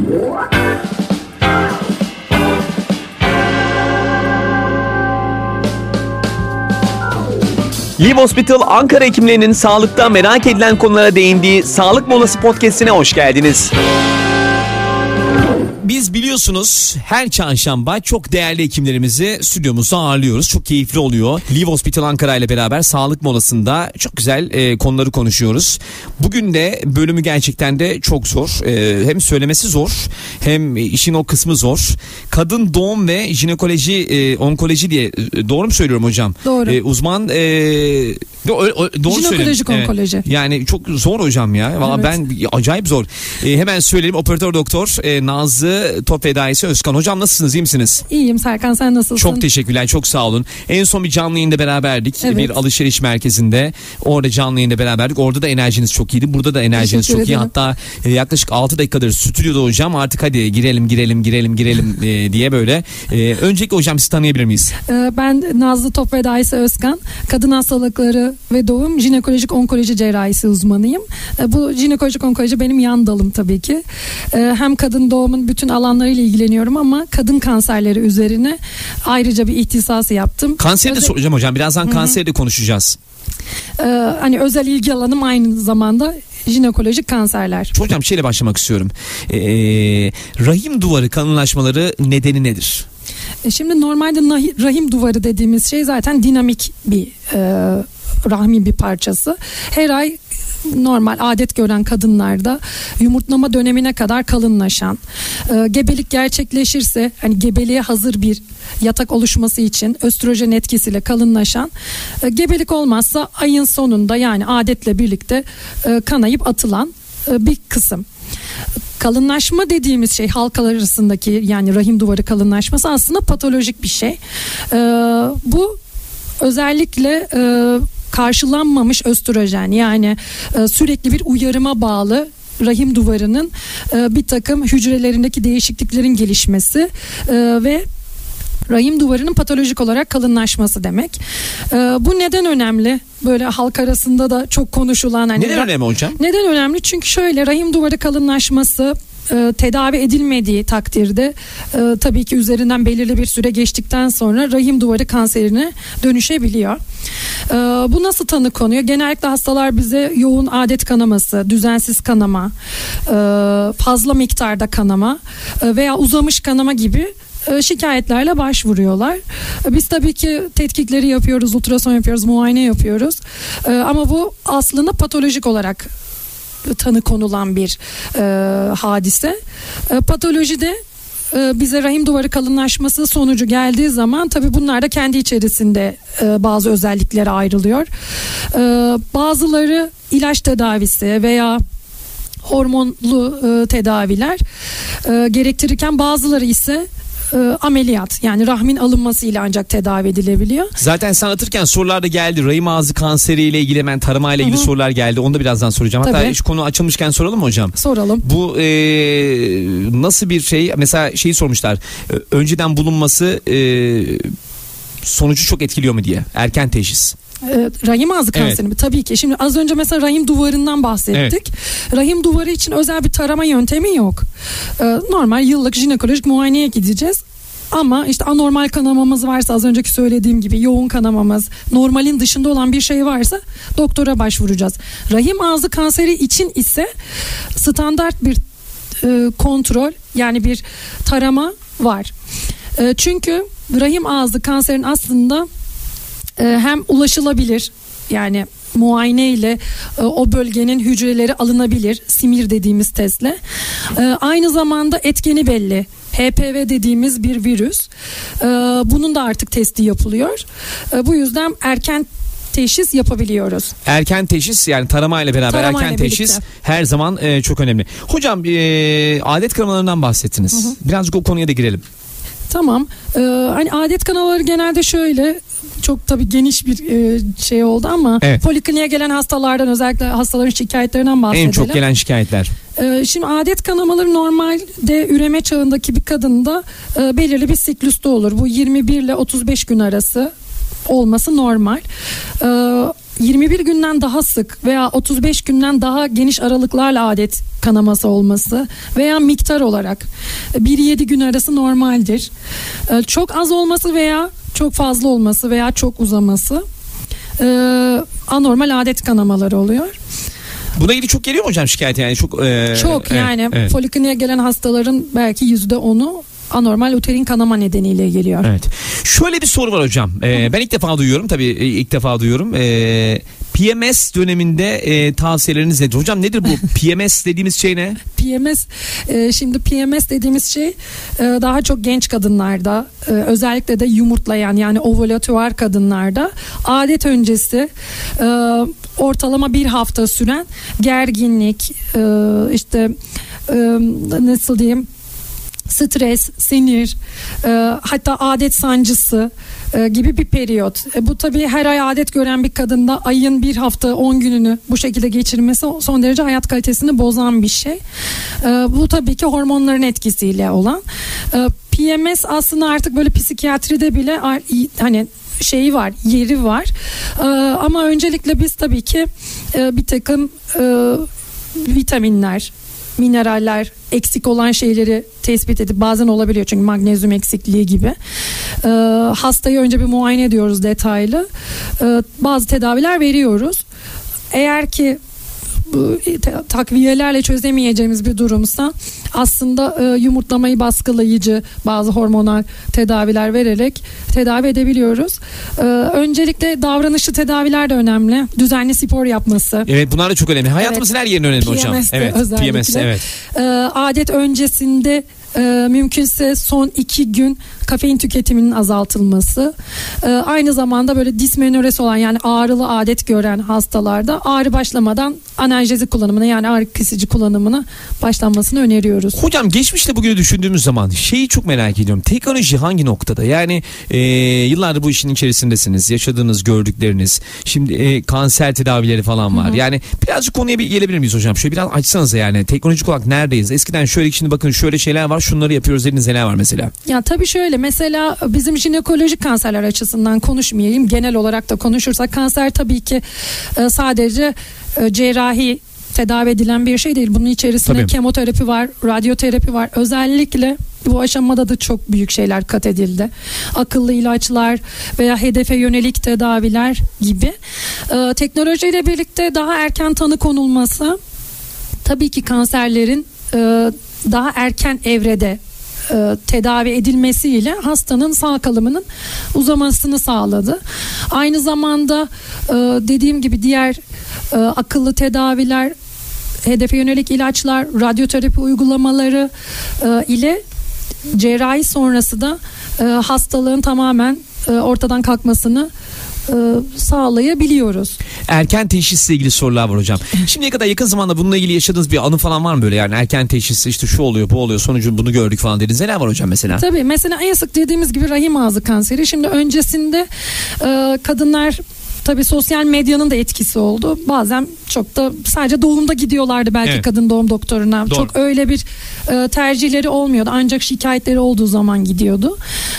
Live Hospital Ankara hekimlerinin sağlıkta merak edilen konulara değindiği Sağlık Molası Podcast'ine hoş geldiniz. Biz biliyorsunuz her çarşamba çok değerli hekimlerimizi stüdyomuzda ağırlıyoruz. Çok keyifli oluyor. Live Hospital Ankara ile beraber sağlık molasında çok güzel konuları konuşuyoruz. Bugün de bölümü gerçekten de çok zor. Hem söylemesi zor hem işin o kısmı zor. Kadın doğum ve jinekoloji, onkoloji diye doğru mu söylüyorum hocam? Doğru. Uzman doğru jinekolojik onkoloji. Evet. Yani çok zor hocam ya. Vallahi evet. Ben acayip zor. Hemen söyleyelim, operatör doktor Nazlı Top Fedaisi Özkan. Hocam nasılsınız, iyi misiniz? İyiyim Serkan, sen nasılsın? Çok teşekkürler, çok sağ olun. En son bir canlı yayında beraberdik. Evet. Bir alışveriş merkezinde. Orada canlı yayında beraberdik. Orada da enerjiniz çok iyiydi. Burada da enerjiniz Teşekkür çok iyi. ederim. Hatta yaklaşık 6 dakikadır stüdyoda hocam. Artık hadi girelim diye böyle. Öncelikle hocam sizi tanıyabilir miyiz? Ben Nazlı Top Fedaisi Özkan. Kadın hastalıkları ve doğum jinekolojik onkoloji cerrahisi uzmanıyım. Bu jinekolojik onkoloji benim yan dalım tabii ki. Hem kadın doğumun bütün alanlarıyla ilgileniyorum ama kadın kanserleri üzerine ayrıca bir ihtisası yaptım. Kanseri de soracağım hocam. Birazdan kanseri de konuşacağız. Hani özel ilgi alanım aynı zamanda jinekolojik kanserler. Hocam şeyle başlamak istiyorum. Rahim duvarı kalınlaşmaları nedeni nedir? Şimdi normalde rahim duvarı dediğimiz şey zaten dinamik bir rahmin bir parçası. Her ay normal adet gören kadınlarda yumurtlama dönemine kadar kalınlaşan, gebelik gerçekleşirse hani gebeliğe hazır bir yatak oluşması için östrojen etkisiyle kalınlaşan, gebelik olmazsa ayın sonunda yani adetle birlikte kanayıp atılan bir kısım. Kalınlaşma dediğimiz şey halkalar arasındaki yani rahim duvarı kalınlaşması aslında patolojik bir şey. Bu özellikle karşılanmamış östrojen yani sürekli bir uyarıma bağlı rahim duvarının bir takım hücrelerindeki değişikliklerin gelişmesi ve rahim duvarının patolojik olarak kalınlaşması demek. Bu neden önemli? Böyle halk arasında da çok konuşulan. Hani neden önemli hocam? Neden önemli? Çünkü şöyle, rahim duvarı kalınlaşması tedavi edilmediği takdirde tabii ki üzerinden belirli bir süre geçtikten sonra rahim duvarı kanserine dönüşebiliyor. Bu nasıl tanı konuyor? Genellikle hastalar bize yoğun adet kanaması, düzensiz kanama, fazla miktarda kanama veya uzamış kanama gibi şikayetlerle başvuruyorlar. Biz tabii ki tetkikleri yapıyoruz, ultrason yapıyoruz, muayene yapıyoruz. Ama bu aslında patolojik olarak tanı konulan bir hadise. Patolojide bize rahim duvarı kalınlaşması sonucu geldiği zaman tabii bunlar da kendi içerisinde bazı özelliklere ayrılıyor. Bazıları ilaç tedavisi veya hormonlu tedaviler gerektirirken bazıları ise ameliyat yani rahmin alınmasıyla ancak tedavi edilebiliyor. Zaten sen anlatırken sorular da geldi. Rahim ağzı kanseriyle ilgili hemen taramayla ilgili sorular geldi. Onu da birazdan soracağım. Hatta Tabii. şu konu açılmışken soralım mı hocam? Soralım. Bu nasıl bir şey? Mesela şeyi sormuşlar. Önceden bulunması sonucu çok etkiliyor mu diye. Erken teşhis. Rahim ağzı kanseri mi? Tabii ki. Şimdi az önce mesela rahim duvarından bahsettik. Evet. Rahim duvarı için özel bir tarama yöntemi yok. Normal yıllık jinekolojik muayeneye gideceğiz. Ama işte anormal kanamamız varsa, az önceki söylediğim gibi yoğun kanamamız, normalin dışında olan bir şey varsa doktora başvuracağız. Rahim ağzı kanseri için ise standart bir kontrol yani bir tarama var. Çünkü rahim ağzı kanserin aslında hem ulaşılabilir yani muayene ile o bölgenin hücreleri alınabilir simir dediğimiz testle. Aynı zamanda etkeni belli. HPV dediğimiz bir virüs. Bunun da artık testi yapılıyor. Bu yüzden erken teşhis yapabiliyoruz. Erken teşhis yani taramayla beraber erken teşhis birlikte her zaman çok önemli. Hocam adet kanamalarından bahsettiniz. Hı hı. Birazcık o konuya da girelim. Tamam. Hani adet kanamaları genelde şöyle çok tabii geniş bir şey oldu ama evet. Polikliniğe gelen hastalardan özellikle hastaların şikayetlerinden bahsedelim. En çok gelen şikayetler. Şimdi adet kanamaları normalde üreme çağındaki bir kadında belirli bir siklüste olur. Bu 21 ile 35 gün arası olması normal. 21 günden daha sık veya 35 günden daha geniş aralıklarla adet kanaması olması veya miktar olarak 1-7 gün arası normaldir. Çok az olması veya çok fazla olması veya çok uzaması anormal adet kanamaları oluyor. Buna ilgili çok geliyor mu hocam şikayet yani? Çok yani evet. Polikliniğe gelen hastaların belki %10'u anormal uterin kanama nedeniyle geliyor. Evet. Şöyle bir soru var hocam. Ben ilk defa duyuyorum PMS döneminde tavsiyeleriniz nedir? Hocam nedir bu PMS dediğimiz şey ne? Şimdi PMS dediğimiz şey daha çok genç kadınlarda, özellikle de yumurtlayan yani ovülatüar kadınlarda adet öncesi ortalama bir hafta süren gerginlik, nasıl diyeyim, stres, sinir, hatta adet sancısı gibi bir periyot. Bu tabii her ay adet gören bir kadında ayın bir hafta 10 gününü bu şekilde geçirmesi son derece hayat kalitesini bozan bir şey. Bu tabii ki hormonların etkisiyle olan. PMS aslında artık böyle psikiyatride bile hani şeyi var, yeri var. Ama öncelikle biz tabii ki bir takım vitaminler, mineraller, eksik olan şeyleri tespit edip, bazen olabiliyor çünkü magnezyum eksikliği gibi, hastayı önce bir muayene ediyoruz detaylı. Bazı tedaviler veriyoruz. Eğer ki bu takviyelerle çözemeyeceğimiz bir durumsa aslında yumurtlamayı baskılayıcı bazı hormonal tedaviler vererek tedavi edebiliyoruz. Öncelikle davranışçı tedaviler de önemli. Düzenli spor yapması. Evet, bunlar da çok önemli. Hayatımızın her yerinde önemli hocam. Evet, PMS, evet. Adet öncesinde mümkünse son 2 gün kafein tüketiminin azaltılması, aynı zamanda böyle dismenorrhesi olan yani ağrılı adet gören hastalarda ağrı başlamadan analjezi kullanımını yani ağrı kesici kullanımını başlanmasını öneriyoruz. Hocam geçmişte bugünü düşündüğümüz zaman şeyi çok merak ediyorum. Teknoloji hangi noktada? Yani yıllardır bu işin içerisindesiniz. Yaşadığınız, gördükleriniz. Şimdi kanser tedavileri falan var. Hı-hı. Yani birazcık konuya bir gelebilir miyiz hocam? Şöyle biraz açsanıza yani. Teknolojik olarak neredeyiz? Eskiden şöyle, şimdi bakın şöyle şeyler var. Şunları yapıyoruz dediğiniz neler var mesela? Ya tabii şöyle, mesela bizim jinekolojik kanserler açısından konuşmayayım. Genel olarak da konuşursak kanser tabii ki sadece cerrahi tedavi edilen bir şey değil. Bunun içerisinde kemoterapi var, radyoterapi var. Özellikle bu aşamada da çok büyük şeyler kat edildi. Akıllı ilaçlar veya hedefe yönelik tedaviler gibi. Teknolojiyle birlikte daha erken tanı konulması tabii ki kanserlerin daha erken evrede tedavi edilmesiyle hastanın sağ kalımının uzamasını sağladı. Aynı zamanda dediğim gibi diğer akıllı tedaviler, hedefe yönelik ilaçlar, radyoterapi uygulamaları ile cerrahi sonrası da hastalığın tamamen ortadan kalkmasını sağlayabiliyoruz. Erken teşhisle ilgili sorular var hocam. Şimdiye kadar yakın zamanda bununla ilgili yaşadığınız bir anı falan var mı böyle? Yani erken teşhis, işte şu oluyor, bu oluyor, sonucu bunu gördük falan dediniz. Neler var hocam mesela? Tabii, mesela en sık dediğimiz gibi rahim ağzı kanseri. Şimdi öncesinde kadınlar, tabii sosyal medyanın da etkisi oldu. Bazen çok da sadece doğumda gidiyorlardı belki kadın doğum doktoruna. Doğru. Çok öyle bir tercihleri olmuyordu. Ancak şikayetleri olduğu zaman gidiyordu.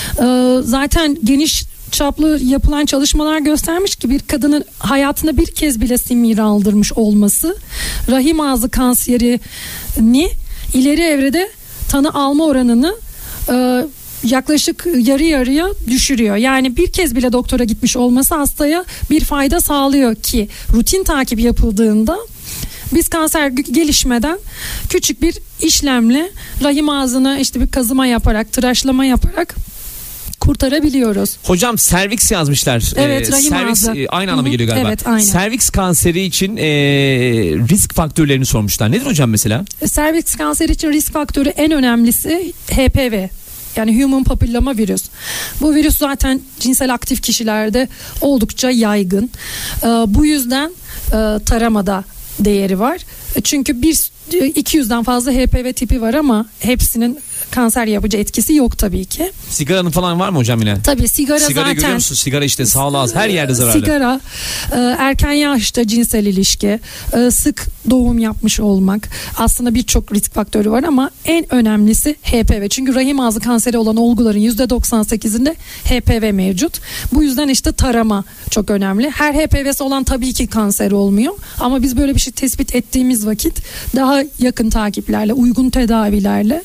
Zaten geniş çaplı yapılan çalışmalar göstermiş ki bir kadının hayatında bir kez bile simir aldırmış olması rahim ağzı kanserini ileri evrede tanı alma oranını yaklaşık yarı yarıya düşürüyor. Yani bir kez bile doktora gitmiş olması hastaya bir fayda sağlıyor ki rutin takip yapıldığında biz kanser gelişmeden küçük bir işlemle rahim ağzına işte bir kazıma yaparak, tıraşlama yaparak kurtarabiliyoruz. Hocam serviks yazmışlar. Evet, rahim serviks ağzı. Aynı anlama geliyor galiba. Evet, aynen. Serviks kanseri için risk faktörlerini sormuşlar. Nedir hocam mesela? Serviks kanseri için risk faktörü en önemlisi HPV. Yani Human Papilloma Virüs. Bu virüs zaten cinsel aktif kişilerde oldukça yaygın. Bu yüzden taramada değeri var. Çünkü 200'den fazla HPV tipi var ama hepsinin kanser yapıcı etkisi yok tabii ki. Sigaranın falan var mı hocam yine? Tabii sigara zaten. Görüyor musun? Sigara işte sağlığa az, her yerde zararlı. Sigara, erken yaşta cinsel ilişki, sık doğum yapmış olmak, aslında birçok risk faktörü var ama en önemlisi HPV. Çünkü rahim ağzı kanseri olan olguların %98'inde HPV mevcut. Bu yüzden işte tarama çok önemli. Her HPV'si olan tabii ki kanser olmuyor ama biz böyle bir şey tespit ettiğimiz vakit daha yakın takiplerle, uygun tedavilerle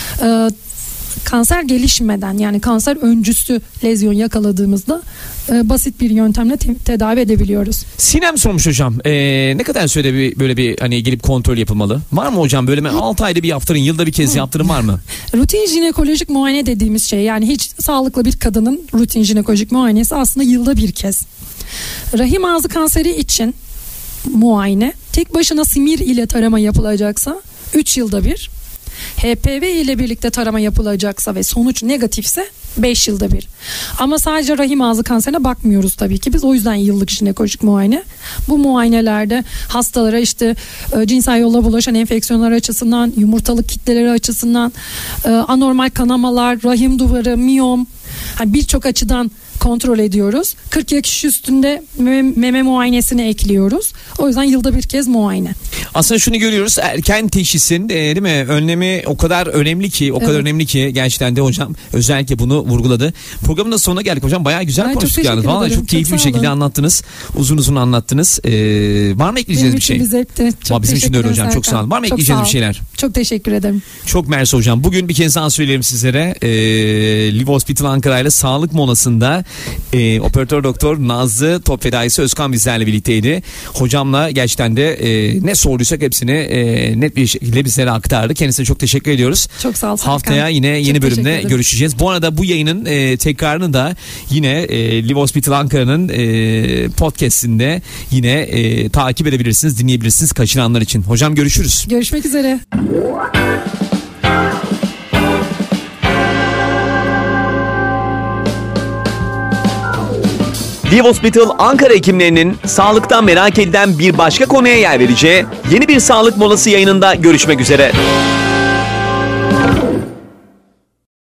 kanser gelişmeden, yani kanser öncüsü lezyon yakaladığımızda basit bir yöntemle tedavi edebiliyoruz. Sinem sormuş hocam. Ne kadar sürede böyle bir hani gelip kontrol yapılmalı? Var mı hocam böyle 6 ayda bir yaptırın, yılda bir kez yaptırın var mı? Rutin jinekolojik muayene dediğimiz şey, yani hiç sağlıklı bir kadının rutin jinekolojik muayenesi aslında yılda bir kez. Rahim ağzı kanseri için muayene tek başına simir ile tarama yapılacaksa 3 yılda bir. HPV ile birlikte tarama yapılacaksa ve sonuç negatifse 5 yılda bir. Ama sadece rahim ağzı kanserine bakmıyoruz tabii ki biz. O yüzden yıllık jinekolojik muayene. Bu muayenelerde hastalara işte cinsel yolla bulaşan enfeksiyonlar açısından, yumurtalık kitleleri açısından, anormal kanamalar, rahim duvarı, miyom, yani birçok açıdan kontrol ediyoruz. 40 yaş üstünde meme muayenesini ekliyoruz. O yüzden yılda bir kez muayene. Aslında şunu görüyoruz, erken teşhisin değil mi önlemi o kadar önemli ki, önemli ki gerçekten de hocam özellikle bunu vurguladı. Programın da sonuna geldik hocam, bayağı güzel konuştuk yani. Vallahi çok keyifli bir şekilde anlattınız. Uzun uzun anlattınız. Var mı ekleyeceğiniz bir şey? Bizim için de öyle hocam. Çok sağ olun. Var mı ekleyeceğiniz bir şeyler? Çok teşekkür ederim. Çok mersi hocam. Bugün bir kez daha söyleyelim sizlere. Live Hospital Ankara ile sağlık molasında operatör doktor Nazlı Top Fedaisi Özkan bizlerle birlikteydi. Hocamla gerçekten de ne sorduysak hepsini net bir şekilde bizlere aktardı. Kendisine çok teşekkür ediyoruz. Çok sağ ol. Haftaya yine yeni bölümde görüşeceğiz. Bu arada bu yayının tekrarını da yine Live Hospital Ankara'nın podcast'inde yine takip edebilirsiniz, dinleyebilirsiniz kaçıranlar için. Hocam görüşürüz. Görüşmek üzere. Live Hospital Ankara hekimlerinin sağlıktan merak edilen bir başka konuya yer vereceği yeni bir sağlık molası yayınında görüşmek üzere.